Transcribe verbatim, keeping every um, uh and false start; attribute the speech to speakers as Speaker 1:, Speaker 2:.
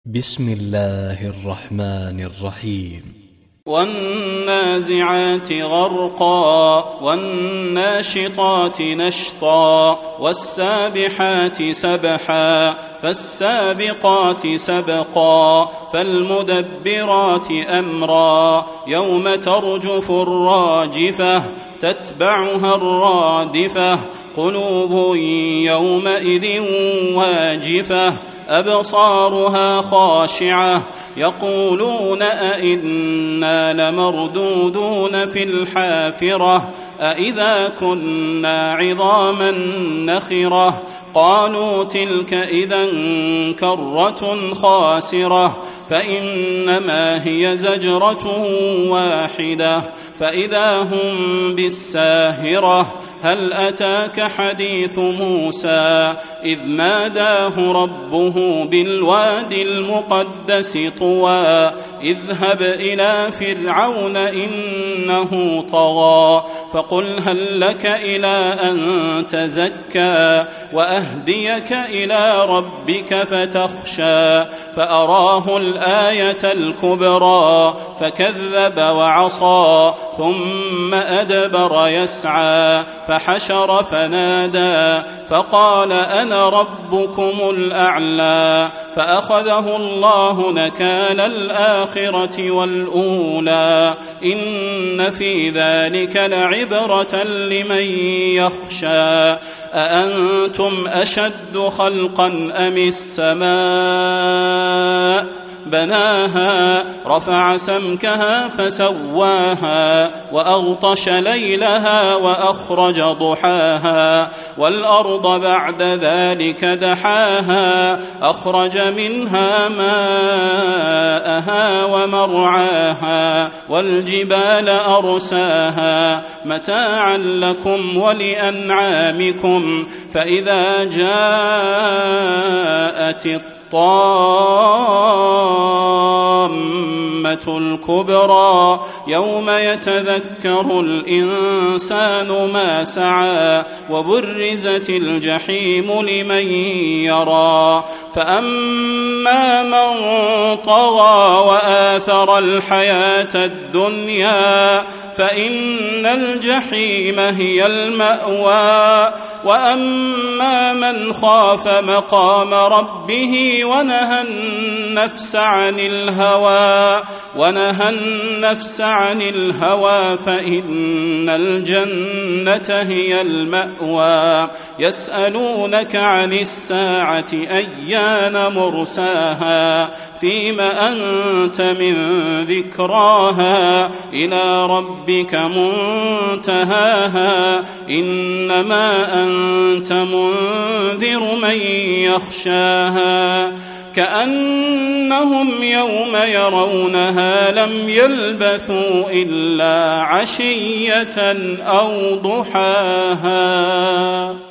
Speaker 1: بسم الله الرحمن الرحيم
Speaker 2: والنازعات غرقا والناشطات نشطا والسابحات سبحا فالسابقات سبقا فالمدبرات أمرا يوم ترجف الراجفة تتبعها الرادفة قلوب يومئذ واجفة أبصارها خاشعة يقولون أئنا لمردودون في الحافرة أئذا كنا عظاما نخرة قالوا تلك إذا كرة خاسرة فإنما هي زجرة واحدة فإذا هم بالساهرة هل أتاك حديث موسى إذ ناداه ربه بالوادي المقدس طوى اذهب إلى فرعون إنه طغى فقل هل لك إلى أن تزكى وأهديك إلى ربك فتخشى فأراه الآية الكبرى فكذب وعصى ثم أدبر يسعى فحشر فنادى فقال أنا ربكم الأعلى فأخذه الله نكال الآخرة والأولى إن في ذلك لعبرة لمن يخشى أأنتم أشد خلقا أم السماء بناها رفع سمكها فسواها وأغطش ليلها وأخرج ضحاها والأرض بعد ذلك دحاها أخرج منها ماءها ومرعاها والجبال أرساها متاعا لكم ولأنعامكم فإذا جاءت الطامة الكبرى يوم يتذكر الإنسان ما سعى وبرزت الجحيم لمن يرى فأما من طغى وآثر الحياة الدنيا فإن الجحيم هي المأوى وأما من خاف مقام ربه ونهى النفس عن الهوى ونهى النفس عن الهوى فإن الجنة هي المأوى يسألونك عن الساعة أيان مرساها فيم أنت من ذكراها إلى ربك منتهاها إنما أنت منذر من يخشاها كأنهم يوم يرونها لم يلبثوا إلا عشية أو ضحاها.